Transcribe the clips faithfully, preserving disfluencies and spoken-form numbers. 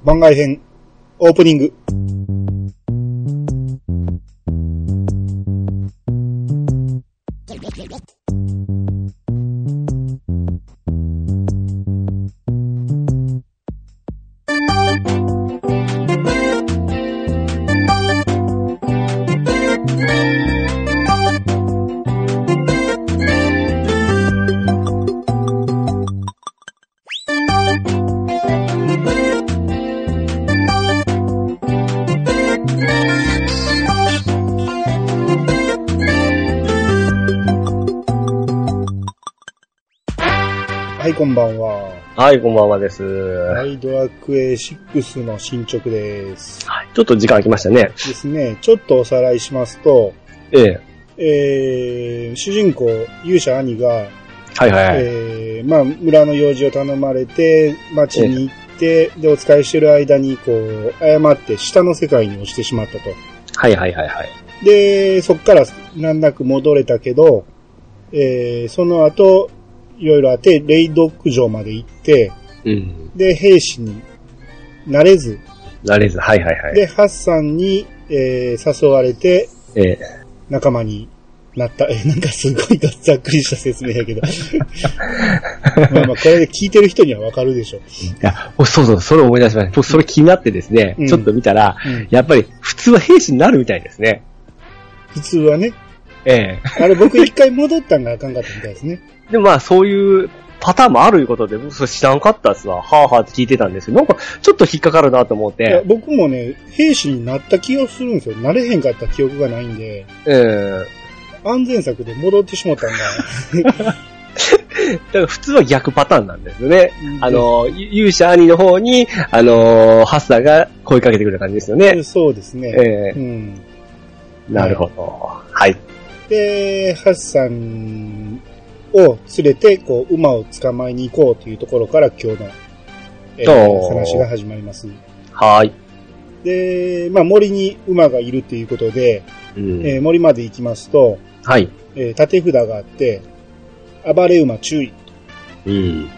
番外編、オープニング。はい、こんばんは。 はい、こんばんはです。 はい、ドラクエシックスの進捗です。 はい、ちょっと時間空きましたね。 ですね。ちょっとおさらいしますと、 ええ。 えー、主人公、勇者兄が、 はいはいはい。 えー、まあ、村の用事を頼まれて、町に行って、で、お使いしてる間に、こう、誤って下の世界に落ちてしまったと。 はいはいはいはい。 で、そっから難なく戻れたけど、えー、その後、いろいろあって、レイドック城まで行って、 うん、 で、兵士になれず、 なれず、はいはいはい。 で、ハッサンに、えー、誘われて、 ええ、 仲間になった。え、なんかすごいざっくりした説明やけど。まあまあ、これで聞いてる人にはわかるでしょ。いや、そうそう、それ思い出しました。僕、それ気になってですね、うん、ちょっと見たら、うん、やっぱり普通は兵士になるみたいですね。 普通はね。 ええ。 あれ、僕一回戻ったんがあかんかったみたいですね。 でもまあ、そういうパターンもあるいうことで、僕それ知らんかったっすわ。はぁはぁって聞いてたんですけど、なんかちょっと引っかかるなと思って。いや僕もね、兵士になった気がするんですよ。なれへんかった記憶がないんで。 ええ。 安全策で戻ってしまったんだ。 だから普通は逆パターンなんですよね。あの、勇者兄の方に、あの、ハッサーが声かけてくれた感じですよね。 そうですね。 ええ、 うん、 なるほど。はい。 で、ハッサンを連れて、こう、馬を捕まえに行こうというところから今日の、えー、話が始まります。 はい。 で、まあ森に馬がいるということで、 うんえー、森まで行きますと、 はい。 えー、縦札があって、暴れ馬注意。 うん。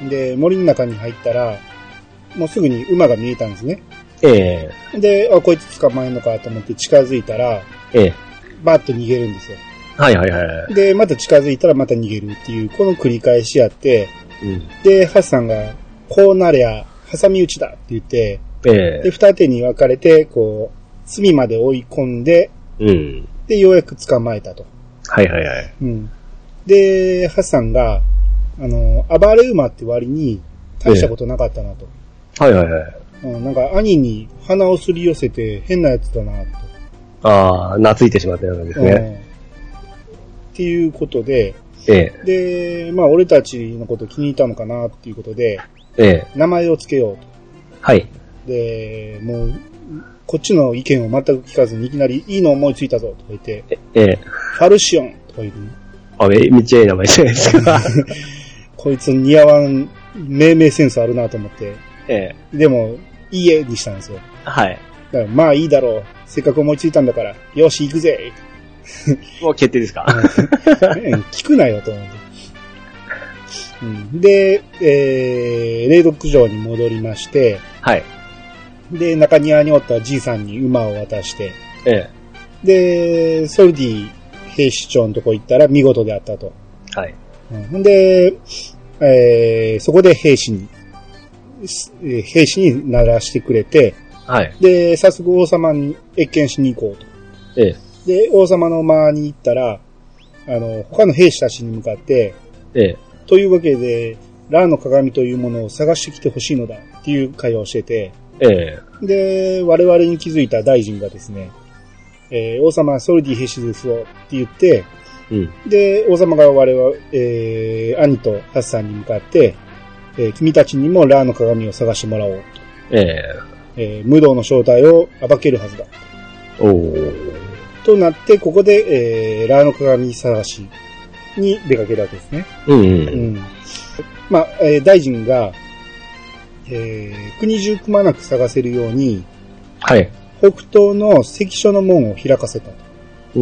で、森の中に入ったら、もうすぐに馬が見えたんですね。 ええー、で、あ、こいつ捕まえんのかと思って近づいたら、 ええー、 バーッと逃げるんですよ。 はいはいはい。 で、また近づいたらまた逃げるっていう、この繰り返しやって、 うん、で、 ハッサンが、こうなりゃ、挟み撃ちだって言って、 ええー、 で、二手に分かれて、こう、隅まで追い込んで、 うん、 で、ようやく捕まえたと。 はいはいはい。 うん。で、ハッサンが、あの、暴れ馬って割に大したことなかったなと。 えー、はいはいはい。 うん、なんか兄に鼻をすり寄せて変なやつだなと。 ああ、懐いてしまったようなんですね。うん、 っていうことで、 ええ、 で、まあ俺たちのこと気に入ったのかなっていうことで、 ええ、 名前をつけようと。 はい。 で、もう、こっちの意見を全く聞かずにいきなりいいの思いついたぞとか言って、 ええ、 ファルシオンとか言う。 あ、めっちゃいい名前じゃないですか。 こいつ似合わん命名センスあるなと思って、 ええ、 でも、いいえにしたんですよ。 はい。 だからまあいいだろう。せっかく思いついたんだから、よし行くぜ。 もう決定ですか？ 聞くなよと思って。うん、で、えー、レイドック城に戻りまして、 はい。 で、中庭におったじいさんに馬を渡して、 ええ、で、ソルディ兵士長のとこ行ったら見事であったと。 はい。 うん、で、えー、そこで兵士に、兵士にならしてくれて、 はい。 で、早速王様に謁見しに行こうと。 ええ。 で、王様の間に行ったら、あの、他の兵士たちに向かって、 ええ。 というわけで、ラーの鏡というものを探してきてほしいのだっていう会話をしてて、 ええ。 で、我々に気づいた大臣がですね、えー、王様はソルディ兵士ですよって言って、 うん、 で、王様が我々、えー、兄とハッサンに向かって、えー、君たちにもラーの鏡を探してもらおうと。 ええ。 えー、無道の正体を暴けるはずだ。 おー。 となって、ここで、えー、ラーの鏡探しに出かけるわけですね。 うん、うん。うん。 まあ、えー、大臣が、えー、国中くまなく探せるように、 はい。 北東の関所の門を開かせたと。 うん。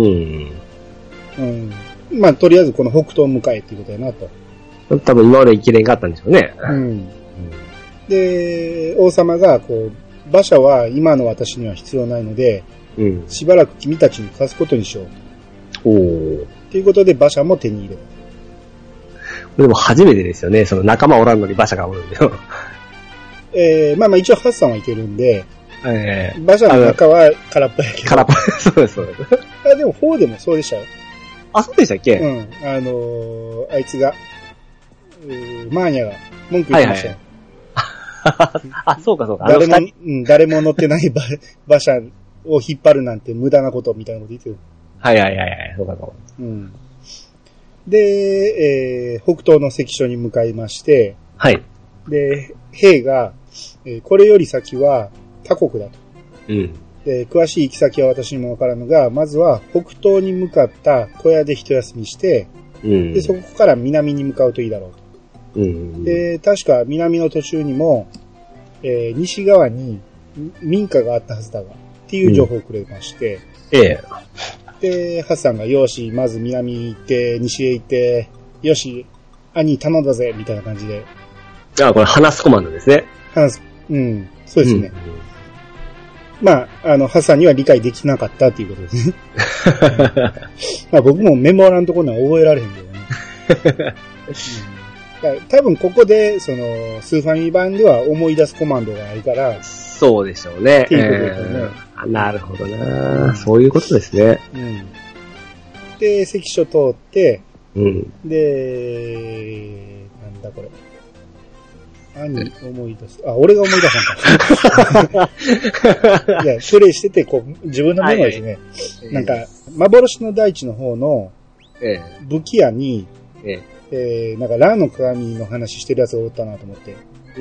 うん。まあ、とりあえずこの北東向かえっていうことやなと。 多分今まで行きれんかったんでしょうね。 うん。で、王様が、こう、 馬車は今の私には必要ないので、うん、しばらく君たちに貸すことにしようと。おー。ということで馬車も手に入れた。 でも初めてですよね。その仲間おらんのに馬車がおるんだよ。 えー、まあまあ一応ハッサンはいけるんで、 えー、 馬車の中は空っぽやけど。 空っぽ。そうです、そうです。 あ、でもフォーでもそうでしたよ。 あ、そうでしたっけ？ うん。あのー、あいつが、マーニャが文句言ってましたよ。 はいはい、あ、そうかそうか。 誰も、うん、誰も乗ってない馬馬車を引っ張るなんて無駄なことみたいなこと言ってる。 はいはいはいはい、そうかそうか。 うん。で、えー、北東の関所に向かいまして、 はい。 で、兵が、えー、これより先は他国だと。うん。で、詳しい行き先は私にもわからぬが、まずは北東に向かった小屋で一休みして、うん、で、そこから南に向かうといいだろうと。うん、で、確か南の途中にも、えー、西側に民家があったはずだが、っていう情報をくれまして、 うん、ええ。で、ハッサンが、よし、まず南行って、西へ行って、よし、兄頼んだぜ、みたいな感じで。 あ、これ話すコマンドですね。 話す、うん、そうですね。うん、まあ、あの、ハッサンには理解できなかったっていうことですね。まあ僕もメモらんところには覚えられへんけどね。うん、多分ここで、その、スーファミ版では思い出すコマンドがあるから。 そうでしょうね。 っていうことですよね。 えー、なるほどな、うん。そういうことですね。 うん。で、関所通って、 うん。 で、なんだこれ。兄思い出す。あ、俺が思い出したんか。いや、プレイしてて、こう、自分のメモですね。はいはい、なんか、幻の大地の方の、武器屋に、えええー、なんか、ラーの鏡の話してるやつがおったなと思って。うん。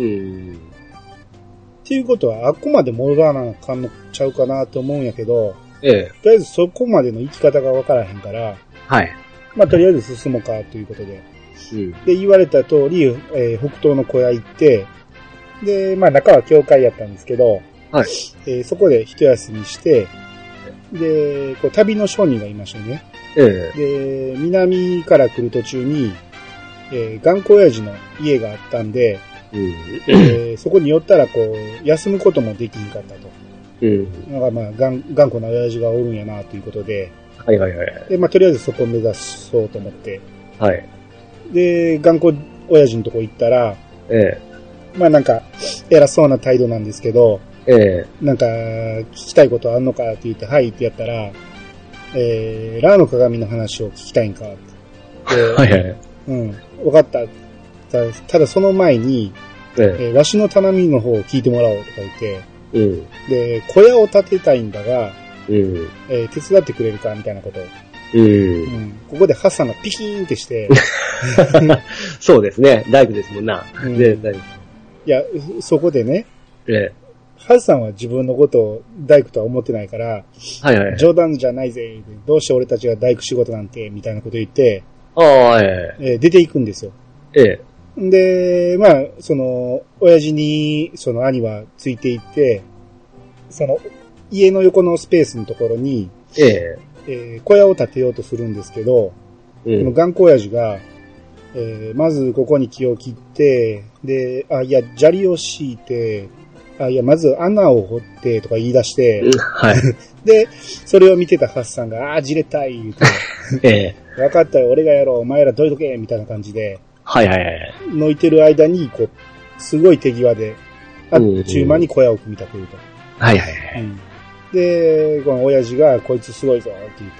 っていうことは、あっこまで戻らなあかんのちゃうかなと思うんやけど、ええ。とりあえずそこまでの生き方がわからへんから、 はい。 まあ、とりあえず進もうかということで。うん。で、言われた通り、えー、北東の小屋行って、で、まあ、中は教会やったんですけど、はい。えー、そこで一休みして、で、こう、旅の商人がいましたね。ええ。で、南から来る途中に、えー、頑固親父の家があったんで、うん、えー、そこに寄ったらこう、休むこともできんかったと。うん。なんかまあ、頑固な親父がおるんやなということで。はいはいはい。で、まあ、とりあえずそこを目指そうと思って。はい。で、頑固親父のとこ行ったら、ええ。まあなんか、偉そうな態度なんですけど、ええ。なんか、聞きたいことあんのかって言って、はいってやったら、えー、ラーの鏡の話を聞きたいんかって。はいはい。うん。わかった。ただその前に、えええー、わしの頼みの方を聞いてもらおうとか言って、うん、で、小屋を建てたいんだが、うんえー、手伝ってくれるかみたいなことを。うんうん、ここでハッサンがピキーンってして。 そうですね。大工ですもんな。うん、で大工いや、そこでね、ええ、ハッサンは自分のことを大工とは思ってないから、はいはい、冗談じゃないぜ。どうして俺たちが大工仕事なんて、みたいなこと言って、ああ、えええー、出ていくんですよ。ええ。で、まあ、その、親父に、その兄はついていって、その、家の横のスペースのところに、えええー、小屋を建てようとするんですけど、うん、この頑固親父が、えー、まずここに木を切って、で、あ、いや、砂利を敷いて、あ、いや、まず穴を掘ってとか言い出して、うん、はい。で、それを見てたハッサンが、あー、じれたい、言うて、ええ。分かったよ、俺がやろう、お前らどいとけ、みたいな感じで、はいはいはい。のいてる間に、こう、すごい手際で、あっちゅう間に小屋を組み立てると。はいはいはい。うん、で、この親父が、こいつすごいぞ、って言って、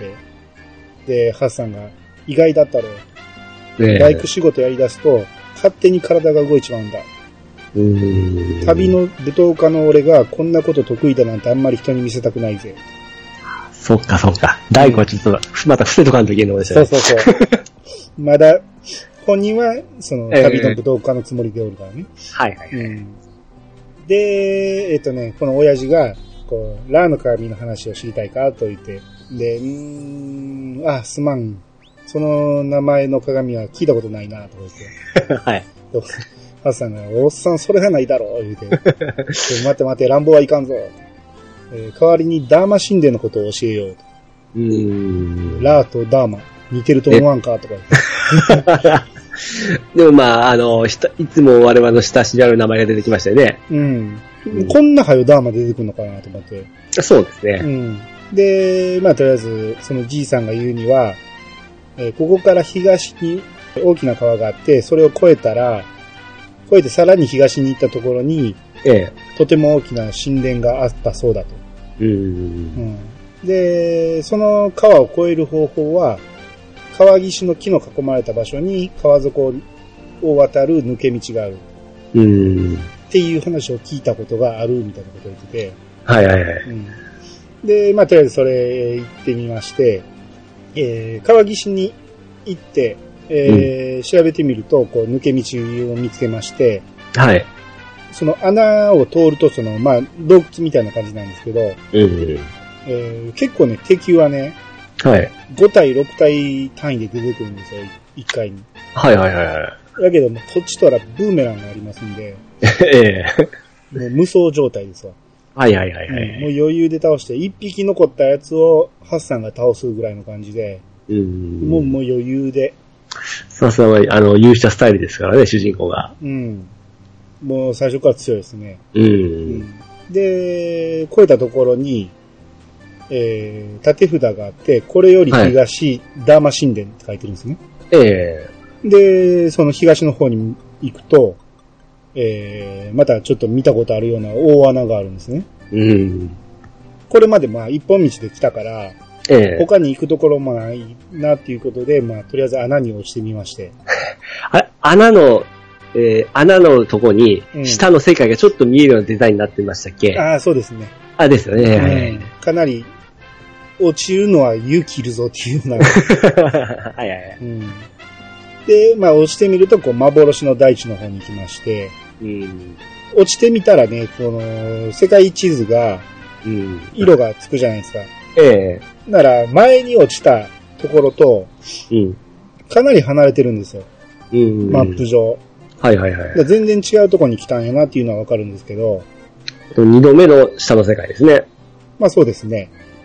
で、ハッサンが、意外だったろう。えー、大工仕事やり出すと、勝手に体が動いちまうんだ。うーん旅の舞踏家の俺が、こんなこと得意だなんてあんまり人に見せたくないぜ。 そっかそっか。大工はちょっと、また伏せとかんといけんのでしょ。 そうそうそう。まだ、本人は、その、旅の武道家のつもりでおるからね。えー、はいはい、はいうん。で、えっとね、この親父が、こう、ラーの鏡の話を知りたいかと言って、で、うーん、あ、すまん。その名前の鏡は聞いたことないな、と言って。はい。ハッサンが、おっさんそれはないだろう、言うて。待って待って、乱暴はいかんぞ。えー、代わりにダーマ神殿のことを教えようと。うーん。ラーとダーマ、似てると思わんかとか言って。 でもまあ、あの、いつも我々の親しみある名前が出てきましたよね。 うん。 うん、こんな早ダーマ出てくるのかなと思って。 そうですね。 うん。で、まあとりあえず、そのじいさんが言うには、えー、ここから東に大きな川があって、それを越えたら、越えてさらに東に行ったところに、ええ、とても大きな神殿があったそうだと。うんうん、で、その川を越える方法は、川岸の木の囲まれた場所に川底を渡る抜け道がある。うん、っていう話を聞いたことがあるみたいなことを言ってて。はいはいはい。うん、で、まあとりあえずそれ行ってみまして、えー、川岸に行って、えーうん、調べてみると、こう抜け道を見つけまして、はい。その穴を通ると、その、まあ、洞窟みたいな感じなんですけど、うんうんえー、結構ね、敵はね、はい。ご体、ろく体単位で出てくるんですよ、いっかいに。はいはいはいはい。だけども、こっちとらブーメランがありますんで、ええもう無双状態ですわ。はいはいはいはい、うん。もう余裕で倒して、いっぴき残ったやつをハッサンが倒すぐらいの感じで、うん、もうもう余裕で。 さすがあの、勇者スタイルですからね、主人公が。 うん。もう最初から強いですね。うん。うん、で、越えたところに、えー、縦札があって、これより東、はい、ダーマ神殿って書いてるんですね。ええー。で、その東の方に行くと、えー、またちょっと見たことあるような大穴があるんですね。うん。これまでまあ一本道で来たから、ええー、他に行くところもないなっていうことで、まあとりあえず穴に落ちてみまして。 あれ、穴の、えー、穴のとこに、下の世界がちょっと見えるようなデザインになってましたっけ、 うん、ああ、そうですね。 あ、ですよね、うん。 かなり、落ちるのは勇気いるぞっていうような。はいはいはい、うん。で、まあ落ちてみると、こう、幻の大地の方に行きまして、うん、落ちてみたらね、この、世界地図が、色がつくじゃないですか。ええ。なら、前に落ちたところと、うん、かなり離れてるんですよ。うん、マップ上。はいはいはい。全然違うところに来たんやなっていうのはわかるんですけど。 二度目の下の世界ですね。 まあそうですね。うん。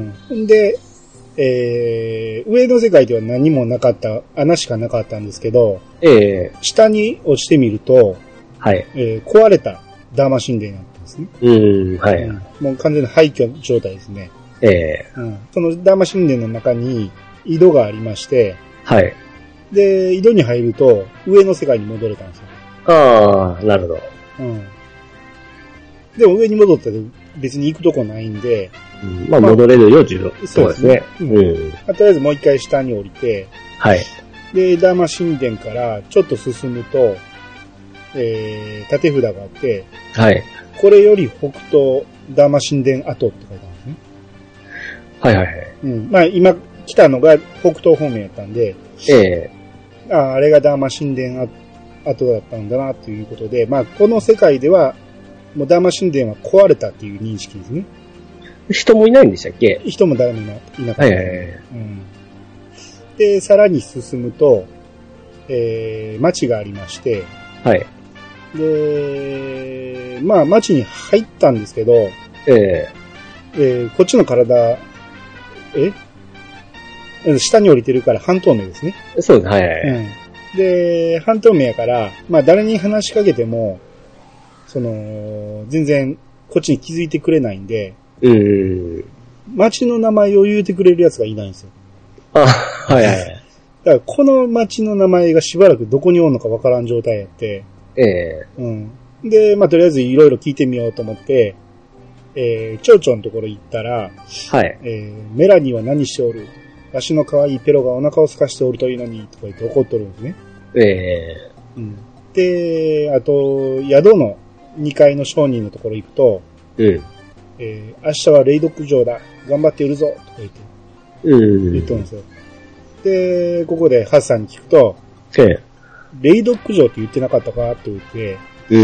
うん。で、えー、上の世界では何もなかった、穴しかなかったんですけど、ええー、下に落ちてみると、はい。えー、壊れたダーマ神殿になってますね。うん、はい、うん。もう完全に廃墟状態ですね。ええー。うん。そのダーマ神殿の中に井戸がありまして、はい。で、井戸に入ると、上の世界に戻れたんですよ。 ああ、なるほど。うん。 でも上に戻ったら別に行くとこないんで、 うん、まあ戻れるよ、十分。そうですね。うん。うん、 とりあえずもう一回下に降りて、はい。で、ダーマ神殿からちょっと進むと、えー、縦札があって、はい。これより北東、ダーマ神殿跡って書いてあるんですね。はいはいはい。うん。まあ今来たのが北東方面やったんで、ええー。ああ、あれがダーマ神殿跡だったんだなということで、まあこの世界では、もうダーマ神殿は壊れたっていう認識ですね。 人もいないんでしたっけ？ 人も誰もいなかった。はいはいはい。うん。で、さらに進むと、えー、町がありまして、はい。で、まあ町に入ったんですけど、えー、えー、こっちの体、え下に降りてるから半透明ですね。 そうです、はいはい。 うん。で、半透明やから、まあ誰に話しかけても、その、全然こっちに気づいてくれないんで、うん。町の名前を言うてくれるやつがいないんですよ。あ、はいはい。だからこの町の名前がしばらくどこにおるのかわからん状態やって、ええー。うん。で、まあとりあえずいろいろ聞いてみようと思って、えー、町長のところ行ったら、はい。えー、メラニーは何しておる？わしの可愛いペロがお腹を空かしておるというのに、とか言って怒っとるんですね。ええー。うん。で、あと、宿のにかいの商人のところ行くと、うん。えー、明日は霊読城だ。頑張って売るぞ。とか言って。うん。言っとるんですよ。で、ここでハッサンに聞くと、ええ。霊読城って言ってなかったかって言って、うん。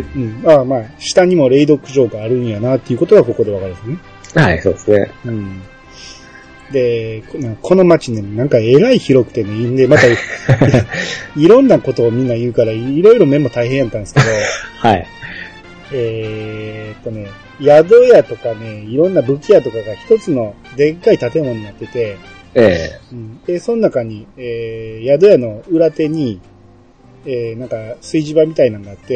うん。ああ、まあ、下にも霊読城があるんやなっていうことがここでわかるんですね。 はい、そうですね。うん。 で、この街ね、なんか偉い広くてね、んで、また、いろんなことをみんな言うから、いろいろメモ大変やったんですけど、はい。えーっとね、宿屋とかね、いろんな武器屋とかが一つのでっかい建物になってて、ええーうん、で、その中に、えー、宿屋の裏手に、えー、なんか炊事場みたいなのがあって、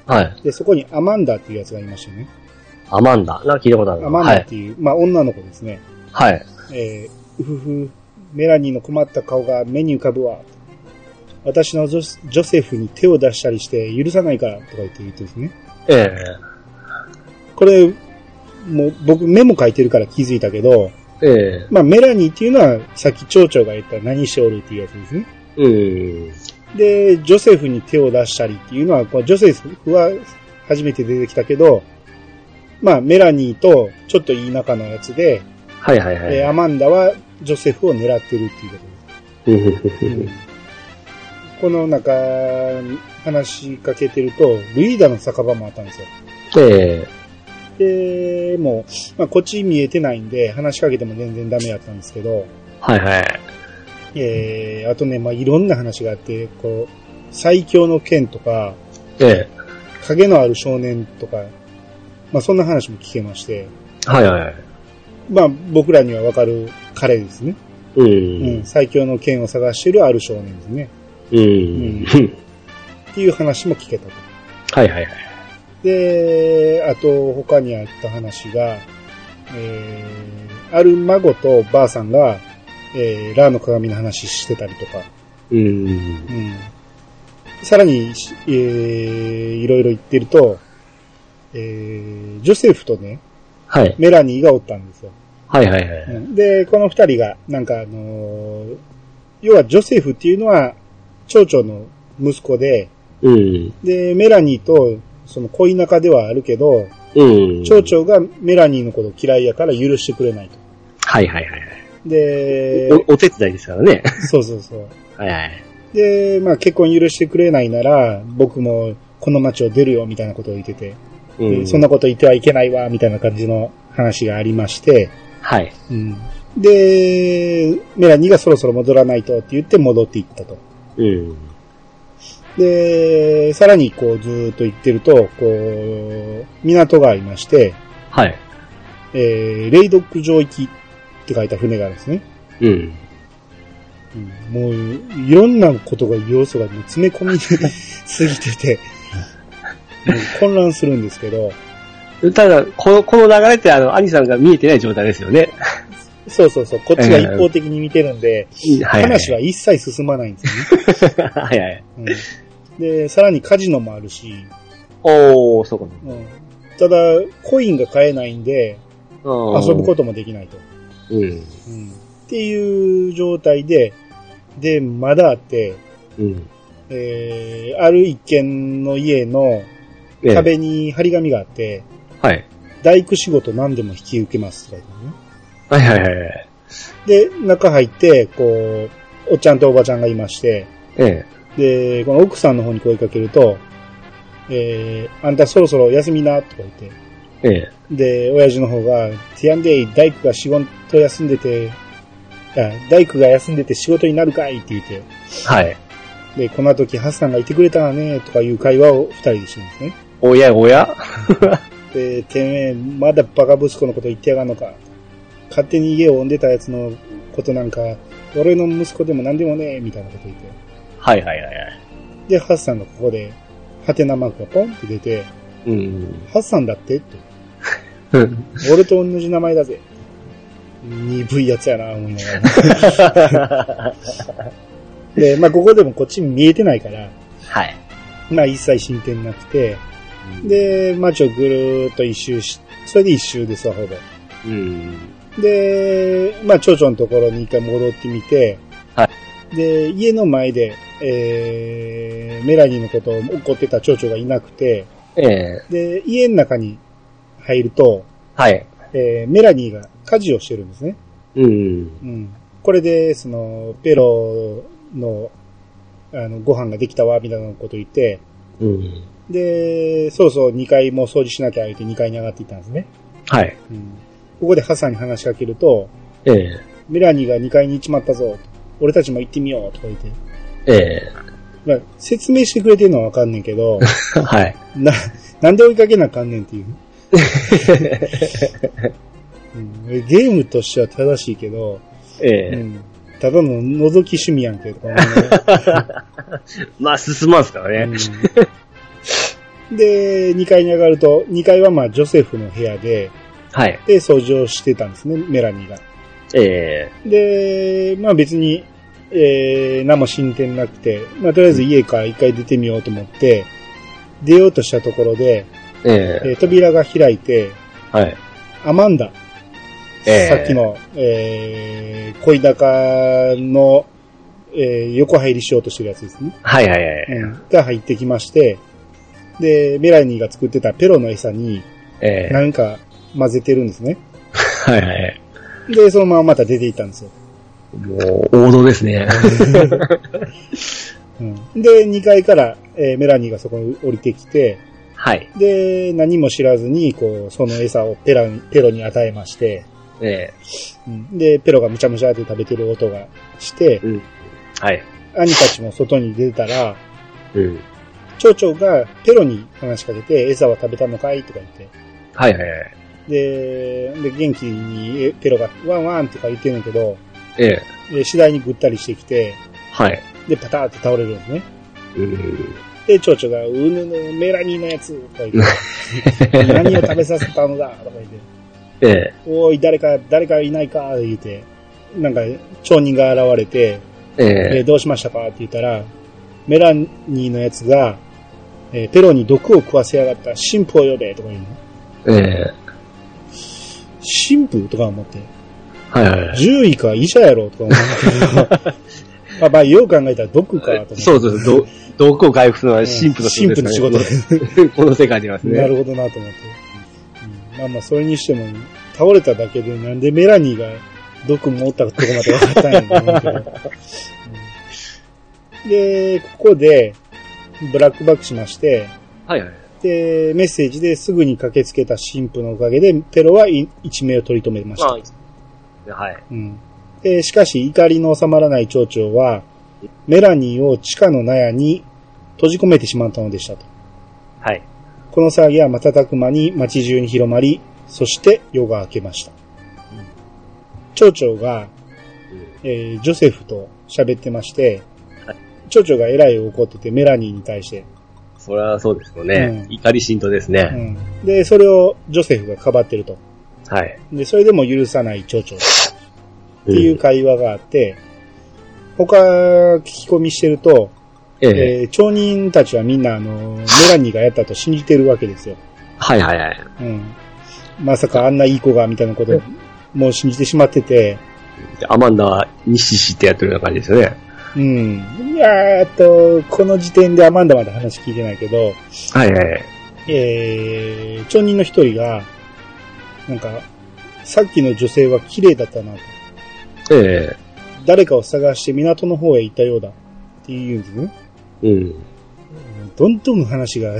はい。 で、そこにアマンダっていうやつがいましたね。 アマンダなんか聞いたことある。 アマンダっていう、はい、まあ女の子ですね。 はい。 えー、うふふ、メラニーの困った顔が目に浮かぶわ。私のジョ、ジョセフに手を出したりして許さないからとか言って言ってですね。 ええこれ、もう僕メモ書いてるから気づいたけど、 ええまあメラニーっていうのはさっき町長が言った何しておるっていうやつですね。 うん。 で、ジョセフに手を出したりっていうのは、こうジョセフは初めて出てきたけど、まあメラニーとちょっといい仲のやつで、 はいはいはい。 えー、アマンダはジョセフを狙ってるっていうことです。うん、この中、話しかけてると、ルイーダの酒場もあったんですよ。 ええで、もう、まあ、こっち見えてないんで、話しかけても全然ダメだったんですけど、 はいはい。 えー、あとね、まあ、いろんな話があって、こう、最強の剣とか、 ええ。 影のある少年とか、まあ、そんな話も聞けまして、 はいはい。 まあ、僕らにはわかる彼ですね。 うん、 うん。最強の剣を探しているある少年ですね。 うん。うん。 っていう話も聞けたと。 はいはいはい。 で、あと他にあった話が、えー、ある孫とばあさんが、えー、ラーの鏡の話してたりとか。 うん。うん。 さらに、えー、いろいろ言ってると、えー、ジョセフとね、 はい。 メラニーがおったんですよ。 はいはいはい。 うん、で、この二人が、なんかあのー、要はジョセフっていうのは、町長の息子で、 うん。 で、メラニーと、その恋仲ではあるけど、 うん。 町長がメラニーのこと嫌いやから許してくれないと。 はいはいはい。 で、 お、お手伝いですからね。 そうそうそう。 はいはい。 で、まあ結婚許してくれないなら、僕もこの町を出るよみたいなことを言ってて、うん、そんなこと言ってはいけないわ、みたいな感じの話がありまして、 はい。 うん、で、メラニーがそろそろ戻らないとって言って戻っていったと。 うん。 で、さらにこうずーっと行ってると、こう、港がありまして、 はい。 えー、レイドック上行きって書いた船があるんですね。 うん。 うん、もう、いろんなことが、要素がもう詰め込みすぎてて、もう混乱するんですけど。 ただ、この、この流れってあの、アニさんが見えてない状態ですよね。 そうそうそう。こっちが一方的に見てるんで、えー、話は一切進まないんですよね。 はいはい。 うんで、さらにカジノもあるし。 おー、そうか、ね。 うん。ただ、コインが買えないんで、遊ぶこともできないと。 うん。うん。 っていう状態で、で、まだあって、 うん。 えー、ある一軒の家の壁に張り紙があって、 はい。 大工仕事何でも引き受けますって書いてあるね。 はいはいはい。 で、中入って、こう、おっちゃんとおばちゃんがいまして、 ええ。 で、この奥さんの方に声かけると、えー、あんたそろそろ休みな、とか言って。 ええ。 で、親父の方が、ティアンデイ、大工が仕事休んでて、あ、大工が休んでて仕事になるかいって言って。 はい。 で、この時、ハッサンがいてくれたわね、とかいう会話を二人でしてるんですね。 おやおやで、てめえ、まだバカ息子のこと言ってやがんのか。勝手に家を追んでたやつのことなんか、俺の息子でも何でもねえ、みたいなこと言って。 はいはいはいはい。 で、ハッサンがここで、ハテナマークがポンって出て、 うん、 ハッサンだってって。俺と同じ名前だぜ。鈍いやつやな、思いながら。で、まあ、ここでもこっちに見えてないから、 はい。 まあ、一切進展なくて、うん、で、街をぐるーっと一周し、それで一周ですわ、ほぼ。 うん、 で、まあ、町長のところに一回戻ってみて、 はい。 で、家の前で、えー、メラニーのことを怒ってた町長がいなくて、 ええー、 で、家の中に入ると、 はい。 えー、メラニーが家事をしてるんですね。 うん。うん。 これで、その、ペロの、あの、ご飯ができたわ、みたいなこと言って、 うん。 で、そうそうにかいも掃除しなきゃ言ってにかいに上がっていったんですね。 はい。 うん、ここでハッサンに話しかけると、 ええー、 メラニーがにかいに行っちまったぞ。俺たちも行ってみよう、とか言って。 ええー。まあ、説明してくれてるのはわかんねんけど、 はい。 な、なんで追いかけなあかんねんっていう。うん、ゲームとしては正しいけど、 ええーうん、 ただの覗き趣味やんけとか思う、ね、 まあ進まんすからね、 で、にかいに上がると、にかいはまあジョセフの部屋で、 はい。 で、掃除をしてたんですね、メラニーが。 ええー、で、まあ別に、えー、何も進展なくて、まあとりあえず家から一回出てみようと思って、出ようとしたところで、 えー、 えー、扉が開いて、 はい。 アマンダ、 えー、 さっきの、えー、恋高の、えー、横入りしようとしてるやつですね。 はいはいはい。 うん、が入ってきまして、で、メラニーが作ってたペロの餌に、えー、なんか混ぜてるんですね。 はいはい。 で、そのまままた出ていったんですよ。 もう、王道ですね。 うん、で、にかいから、えー、メラニーがそこに降りてきて、 はい。 で、何も知らずに、こう、その餌をペラ、ペロに与えまして、 えーうん、で、ペロがむちゃむちゃって食べてる音がして、うん、 はい。 兄たちも外に出たら、 うん。 蝶々がペロに話しかけて、餌は食べたのかいとか言って。 はいはいはい。 で、で、元気にペロがワンワンとか言ってるんだけど、 ええ。で、次第にぐったりしてきて、 はい。 で、パターって倒れるんですね。 うん。 で、蝶々が、うぬぬ、メラニーのやつとか言って、何を食べさせたのだとか言って、 ええ。 おい、誰か、誰かいないか言って、なんか、町人が現れて、 ええ。 えどうしましたかって言ったら、メラニーのやつが、えー、ペロに毒を食わせやがった神父を呼べとか言うの。 ええ。 神父とか思って。 はいはいはい。 獣医か医者やろとか思って。まあまあ、よう考えたら毒かと思って。 そうそうそう。毒を回復するのは神父の仕事ですね。神父の仕事。この世界でますね。 なるほどなと思って。うん、まあまあ、それにしても、倒れただけでなんでメラニーが毒持ったとこまで分かったんやと思うけど。うん、で、ここで、ブラックバックしまして、 はいはい。 で、メッセージですぐに駆けつけた神父のおかげで、ペロは一命を取り留めました。 はい。 うん。で、しかし怒りの収まらない町長は、メラニーを地下の納屋に閉じ込めてしまったのでしたと。 はい。 この騒ぎは瞬く間に街中に広まり、そして夜が明けました。うん、町長が、うん、えー、ジョセフと喋ってまして、はい、町長がえらい怒っててメラニーに対して。 それはそうですよね。うん、怒り心頭ですね、 うん。で、それをジョセフがかばってると。 はい。 で、それでも許さない町長っていう会話があって、うん、他聞き込みしてると、えええー、町人たちはみんなあの、メラニーがやったと信じてるわけですよ。 はいはいはい。 うん。まさかあんないい子がみたいなこと、もう信じてしまってて。 アマンダは西シってやってるような感じですよね。 うん。いやーっと、この時点でアマンダまで話聞いてないけど。 はいはい。 えー、町人の一人が、なんか、さっきの女性は綺麗だったなと。 ええ。 誰かを探して港の方へ行ったようだ。って言うんですね。 うん。 どんどん話が、うん、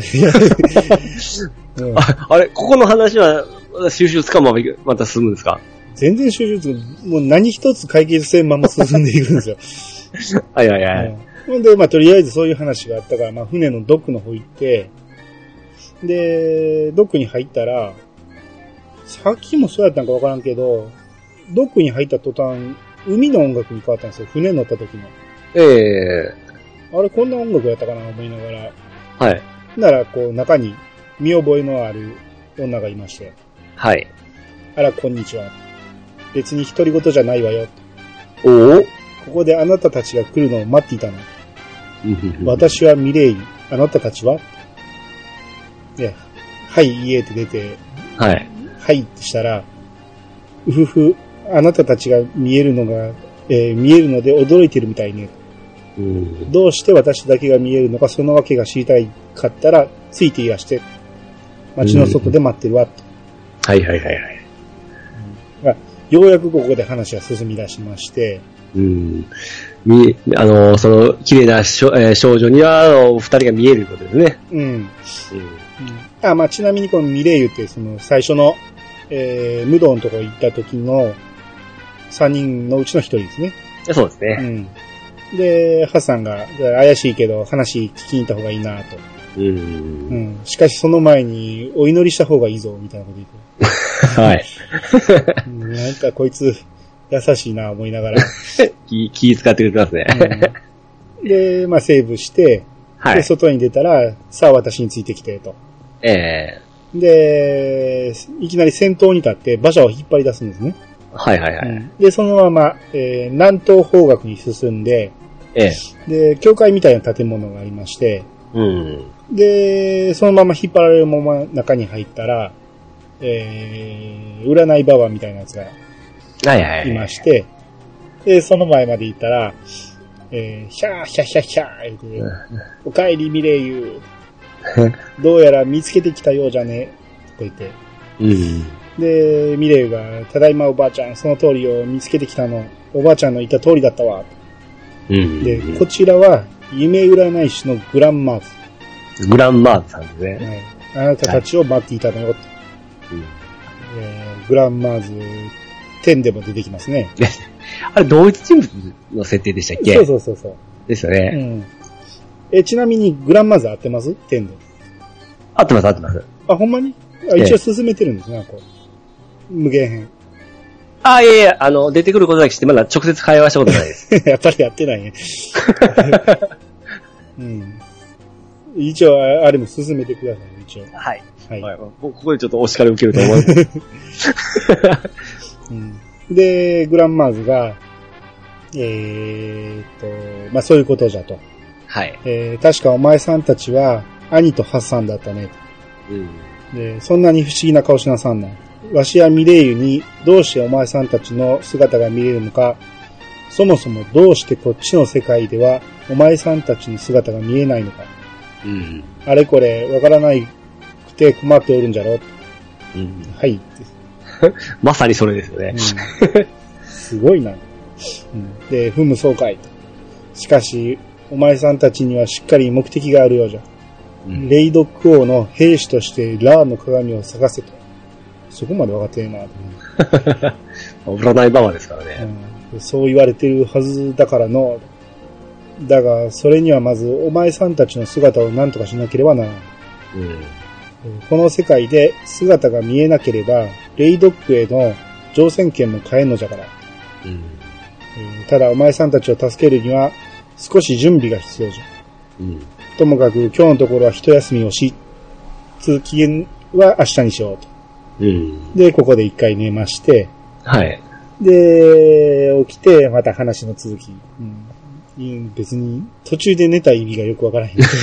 あ。あれ、ここの話は、収集つかむまままた進むんですか？ 全然収集つかもう何一つ解決せんまま進んでいくんですよ。 はいはいはい。 ほ、うん、んで、まあ、とりあえずそういう話があったから、まあ、船のドックの方行って、で、ドックに入ったら、さっきもそうやったんかわからんけど、ドックに入った途端、海の音楽に変わったんですよ。船に乗った時の。 ええー。あれ、こんな音楽やったかな思いながら。 はい。 なら、こう、中に見覚えのある女がいまして。 はい。 あら、こんにちは。別に独り言じゃないわよ。 おお。 ここであなたたちが来るのを待っていたの。私はミレイ。あなたたちは？で、はい、いいえって出て。 はい。 はいってしたら、うふふ、あなたたちが見えるのが、えー、見えるので驚いてるみたいね。 うん、 どうして私だけが見えるのか、そのわけが知りたいかったら、ついていらして、街の外で待ってるわ、と、 うん。はいはいはいはい。 うん、ようやくここで話が進み出しまして、 うん。み、あの、その、綺麗な少、えー、少女には、お二人が見えることですね。 うん。うん。あ、まあ、ちなみにこのミレイユって、その、最初の、えー、ムドのとこ行った時の、三人のうちの一人ですね。 そうですね。 うん。で、ハッサンが、怪しいけど、話聞きに行った方がいいなと。 うん。うん。 しかし、その前に、お祈りした方がいいぞ、みたいなこと言って。 はい。なんか、こいつ、優しいな、思いながら。 気、気使ってくれてますね。 うん、で、まあ、セーブして、 はい。 で、外に出たら、さあ私についてきて、と。 ええー。で、いきなり先頭に立って馬車を引っ張り出すんですね。 はいはいはい。 うん、で、そのまま、えー、南東方角に進んで、 ええ。で、教会みたいな建物がありまして、 うん。 で、そのまま引っ張られるまま中に入ったら、えー、占いババみたいなやつがはいはい。 いまして、で、その前まで行ったら、えー、ヒャーヒャーヒャーヒャー言うて、おかえりミレイユどうやら見つけてきたようじゃねと言って、 うん、 で、ミレイユが、ただいまおばあちゃん、その通りを見つけてきたの、おばあちゃんの言った通りだったわ。 うん、 で、こちらは、夢占い師のグランマーズ。グランマーズさんですね。 はい。あなたたちを待っていたのよ、と。うんえー、グランマーズじゅうでも出てきますね。 あれ、同一人物の設定でしたっけ？ そうそうそうそう。 ですよね。 うん。え、ちなみにグランマーズ合ってます？じゅうで。 合ってます、合ってます。 あ、ほんまに？あ、一応進めてるんですね、こう。無限編。 あ、いやいや、あの、出てくることだけしてまだ直接会話したことないです。 やっぱりやってないね。うん。一応、あれも進めてください、一応。 はい。 はい。はい、 ここでちょっとお叱り受けると思う。 うん、で、グランマーズが、えーっと、まあ、そういうことじゃと。 はい。 えー、確かお前さんたちは、兄とハッサンだったね。うん。で、そんなに不思議な顔しなさんな。わしやミレイユにどうしてお前さんたちの姿が見れるのか、そもそもどうしてこっちの世界ではお前さんたちの姿が見えないのか。うん。あれこれわからないくて困っておるんじゃろ。うん。はい。 まさにそれですよね。うん、 すごいな。うん、で、ふむそうかい。しかし、お前さんたちにはしっかり目的があるようじゃ。うん、レイドック王の兵士としてラーの鏡を探せと。そこまで分かってねえなと。 占いババですからね、 うん。そう言われてるはずだからの。だが、それにはまずお前さんたちの姿を何とかしなければならない。うん、この世界で姿が見えなければ、レイドックへの乗船券も買えんのじゃから。うん、ただお前さんたちを助けるには少し準備が必要じゃ。うん、ともかく今日のところは一休みをし、続きは明日にしようと。うん、で、ここで一回寝まして、はい。で、起きて、また話の続き。うん、別に、途中で寝た意味がよくわからへんけど、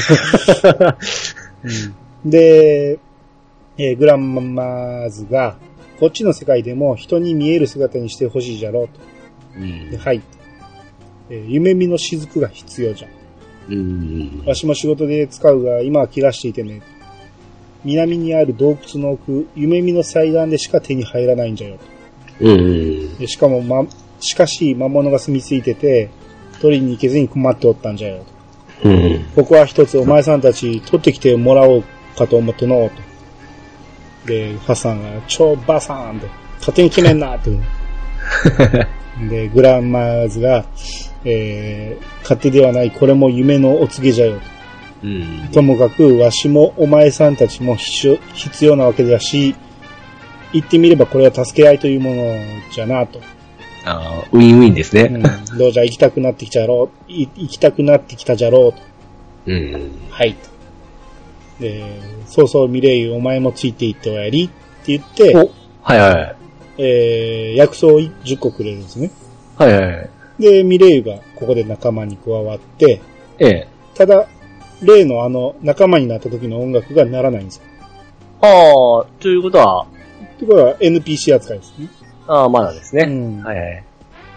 うん。で、えー、グランマーズが、こっちの世界でも人に見える姿にしてほしいじゃろうと。うん、ではい、えー。夢見の雫が必要じゃ。うん、わしも仕事で使うが、今は気がしていてね。南にある洞窟の奥、夢見の祭壇でしか手に入らないんじゃよ。うん、でしかも、ま、しかし魔物が住み着いてて、取りに行けずに困っておったんじゃよ。うん、ここは一つお前さんたち取ってきてもらおうかと思ってのと。で、ハッサンが、超バサーンと、勝手に決めんなって。で、グランマーズが、えー、勝手ではない、これも夢のお告げじゃよと。うん、ともかく、わしもお前さんたちも必要なわけだし、言ってみればこれは助け合いというものじゃなと。 ああ、ウィンウィンですね。 うん、どうじゃ行きたくなってきたじゃろう、行きたくなってきたじゃろうと。うん、はい。で、そうそうミレイユお前もついていっておやりって言って、はいはい。えー、薬草をじゅっこくれるんですね。はいはい。で、ミレイユがここで仲間に加わって、ええ。ただ、例のあの、仲間になった時の音楽が鳴らないんですよ。 ああ、ということはということは エヌピーシー 扱いですね。 ああ、まだですね。うん。はいはい。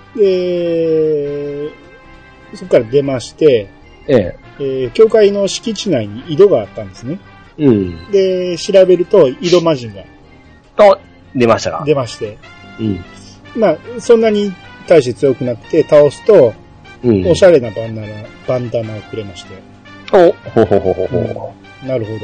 で、そこから出まして、ええ。えー、教会の敷地内に井戸があったんですね。うん。で、調べると井戸魔人が。 と、出ましたか。 出まして。うん。まあ、そんなに大して強くなくて、倒すと、うん、おしゃれなバンダナ、バンダナをくれまして。 おほほほほほ、 うん。なるほど。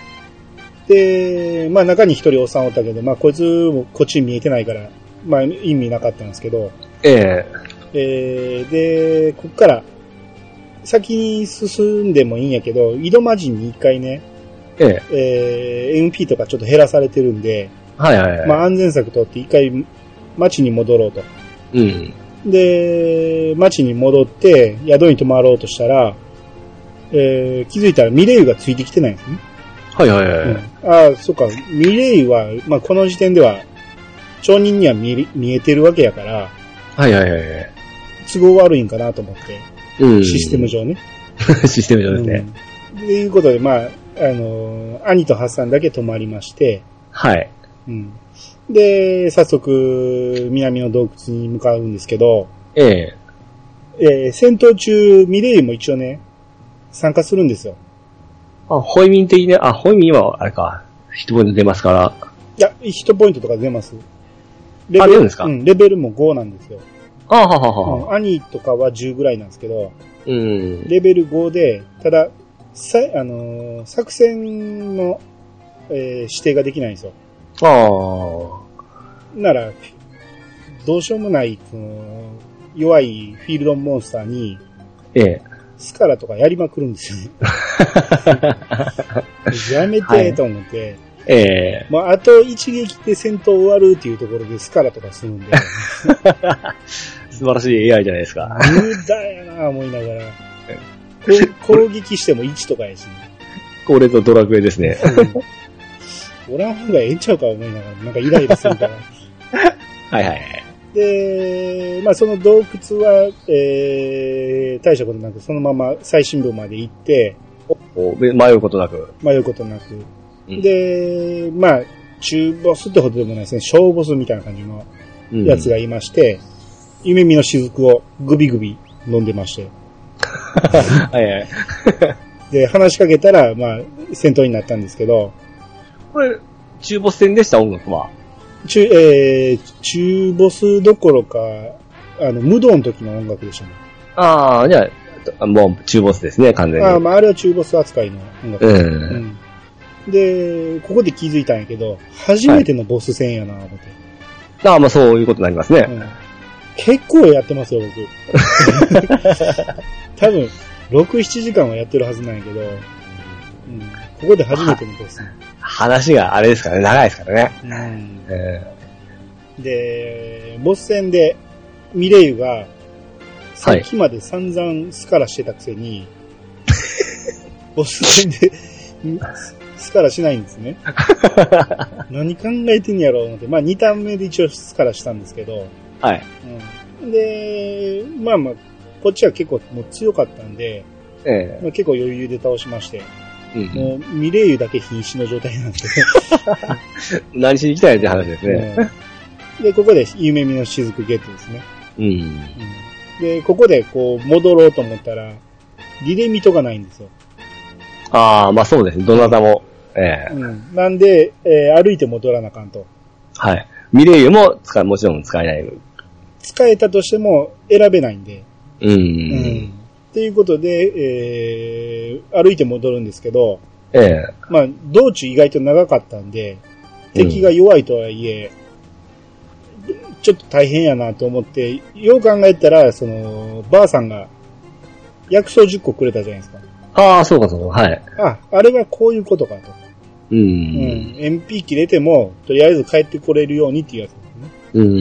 で、まあ中に一人おっさんおったけど、まあこいつもこっちに見えてないから、まあ意味なかったんですけど。ええ。えー、で、こっから、先に進んでもいいんやけど、井戸魔人に一回ね、ええ。えー、エムピー とかちょっと減らされてるんで、はいはいはい。まあ安全策取って一回町に戻ろうと。うん。で、町に戻って宿に泊まろうとしたら、 えー、気づいたらミレイユがついてきてないんですね。 はいはいはい。うん、 ああ、そっか。ミレイユは、まあ、この時点では、町人には見え、見えてるわけやから、 はいはいはい。 都合悪いんかなと思って。うん。システム上ね。 システム上ですね。 うん。ということで、まあ、あのー、兄とハッサンだけ泊まりまして。 はい。 うん。で、早速、南の洞窟に向かうんですけど、 ええ。 えー、戦闘中、ミレイユも一応ね、参加するんですよ。 あ、ホイミン的に、あ、ホイミンは、あれか、ヒットポイント出ますから。 いや、ヒットポイントとか出ます。 レベル、あ、出るんですか？ うん、レベルもごなんですよ。 あははは、 うん。兄とかはじゅうぐらいなんですけど、 うん。 レベルごで、ただ、さ、あのー、作戦の、えー、指定ができないんですよ。ああ。なら、どうしようもない、その、弱いフィールドモンスターに、ええ。スカラとかやりまくるんですよね。やめて、と思って。はい、ええー。もうあと一撃で戦闘終わるっていうところでスカラとかするんで。 素晴らしい エーアイ じゃないですか。 無駄やな思いながら。攻撃してもいちとかやし、ね。 これとドラクエですね。 おらん方がええんちゃうか思いながら、なんかイライラするから。 はいはい。 で、まあその洞窟は、えー、大したことなく、そのまま最深部まで行って、 お迷うことなく。 迷うことなく。うん、で、まあ、中ボスってほどでもないですね、小ボスみたいな感じのやつがいまして、うん、夢見の雫をグビグビ飲んでまして。はいはい。で、話しかけたら、まあ、戦闘になったんですけど。 これ、中ボス戦でした、音楽は。 中、えー、中ボスどころか、あの、無道の時の音楽でしたね。 ああ、じゃあ、もう中ボスですね、完全に。 ああ、まあ、あれは中ボス扱いの音楽。うん。うん、で、ここで気づいたんやけど、初めてのボス戦やな、思って。 はい、ああ、まあそういうことになりますね。うん、 結構やってますよ、僕。多分、ろく、ななじかんはやってるはずなんやけど、うん、ここで初めてのボス。 話があれですからね、長いですからね。うんえー、で、ボス戦でミレイユが、さっきまで散々スカラしてたくせに、はい、ボス戦でスカラしないんですね。何考えてんやろう思って、まあにターン目で一応スカラしたんですけど、はい。うん、で、まあまあ、こっちは結構もう強かったんで、ええまあ、結構余裕で倒しまして、うん、もうミレイユだけ瀕死の状態なんで。 何しに来たんやって話ですね、 うん。で、ここで夢見の雫ゲットですね。うん、うん。で、ここでこう戻ろうと思ったら、リレミトがないんですよ。 ああ、まあそうですね。どなたも。ええうん。なんで、えー、歩いて戻らなあかんと。 はい。ミレイユも使もちろん使えない。 使えたとしても選べないんで。うん。うんっていうことで、えー、歩いて戻るんですけど、ええまあ、道中意外と長かったんで、敵が弱いとはいえ、うん、ちょっと大変やなと思って、よう考えたら、その、ばあさんが薬草じゅっこくれたじゃないですか。 ああ、そうかそうか、はい。 あ、あれはこういうことかと。うん。うん。エムピー 切れても、とりあえず帰ってこれるようにっていうやつですね。うん。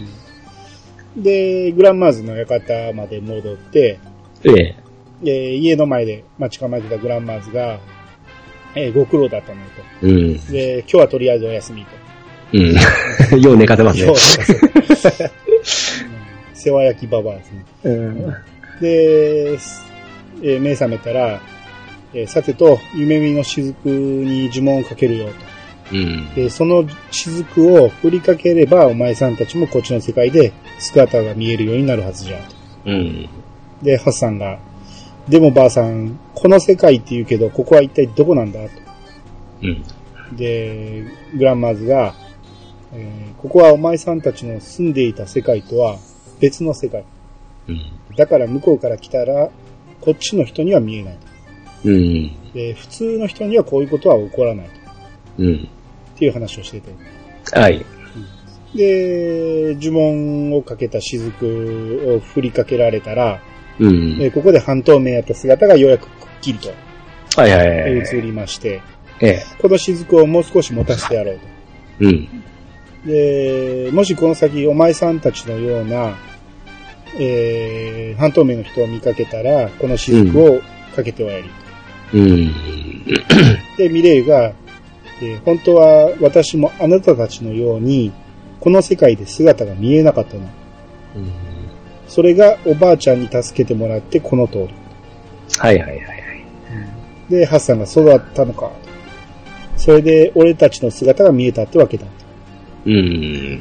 うん、で、グランマーズの館まで戻って、えええー、家の前で待ち構えてたグランマーズが、えー、ご苦労だったのと。うん。で、今日はとりあえずお休みと。 うん。よう寝かせますね。よう寝かせ。 世話焼きババアですね。うん。で、えー、目覚めたら、えー、さてと、夢見の雫に呪文をかけるよと。うん。で、その雫を振りかければ、お前さんたちもこっちの世界で姿が見えるようになるはずじゃと。うん。で、ハッサンが、でもばあさん、この世界って言うけど、ここは一体どこなんだと。うん。で、グランマーズが、えー、ここはお前さんたちの住んでいた世界とは別の世界。うん。だから向こうから来たら、こっちの人には見えないと。うん。で、普通の人にはこういうことは起こらないと。うん。っていう話をしてて。はい。うん、で、呪文をかけた雫を振りかけられたら、うん、えー、ここで半透明やった姿がようやくくっきりと、はいはいはい、映りまして、ええ、この雫をもう少し持たせてやろうと。うん、で、もしこの先お前さんたちのような、えー、半透明の人を見かけたら、この雫をかけてはやり。 うん。 で、ミレイが、えー、本当は私もあなたたちのように、この世界で姿が見えなかったの。うん、それがおばあちゃんに助けてもらってこの通り。 はいはいはいはい。 うん、で、ハッサンが育ったのか。それで俺たちの姿が見えたってわけだ。 うん、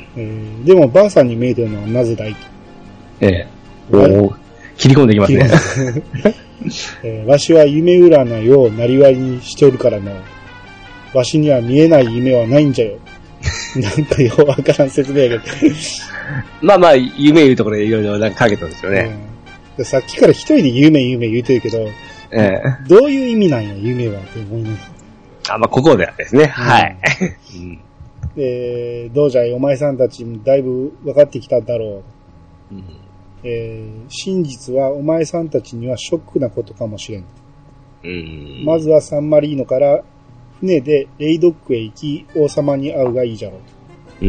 えー。でもばあさんに見えてるのはなぜだいと。 ええ。お切り込んできますね。 えー、わしは夢占いをなりわいにしておるからな。わしには見えない夢はないんじゃよ。なんかようわからん説明やけど。 まあまあ、夢言うところでいろいろなんかかけたんですよね。 うん、さっきから一人で夢夢言うてるけど、ええ、どういう意味なんや、夢はって思います。 あ、まあ、ここではですね。うん、はい。 えー、どうじゃい、お前さんたちだいぶ分かってきただろう。うんえー、真実はお前さんたちにはショックなことかもしれん。うん、まずはサンマリーノから船でレイドックへ行き王様に会うがいいじゃろう。うん、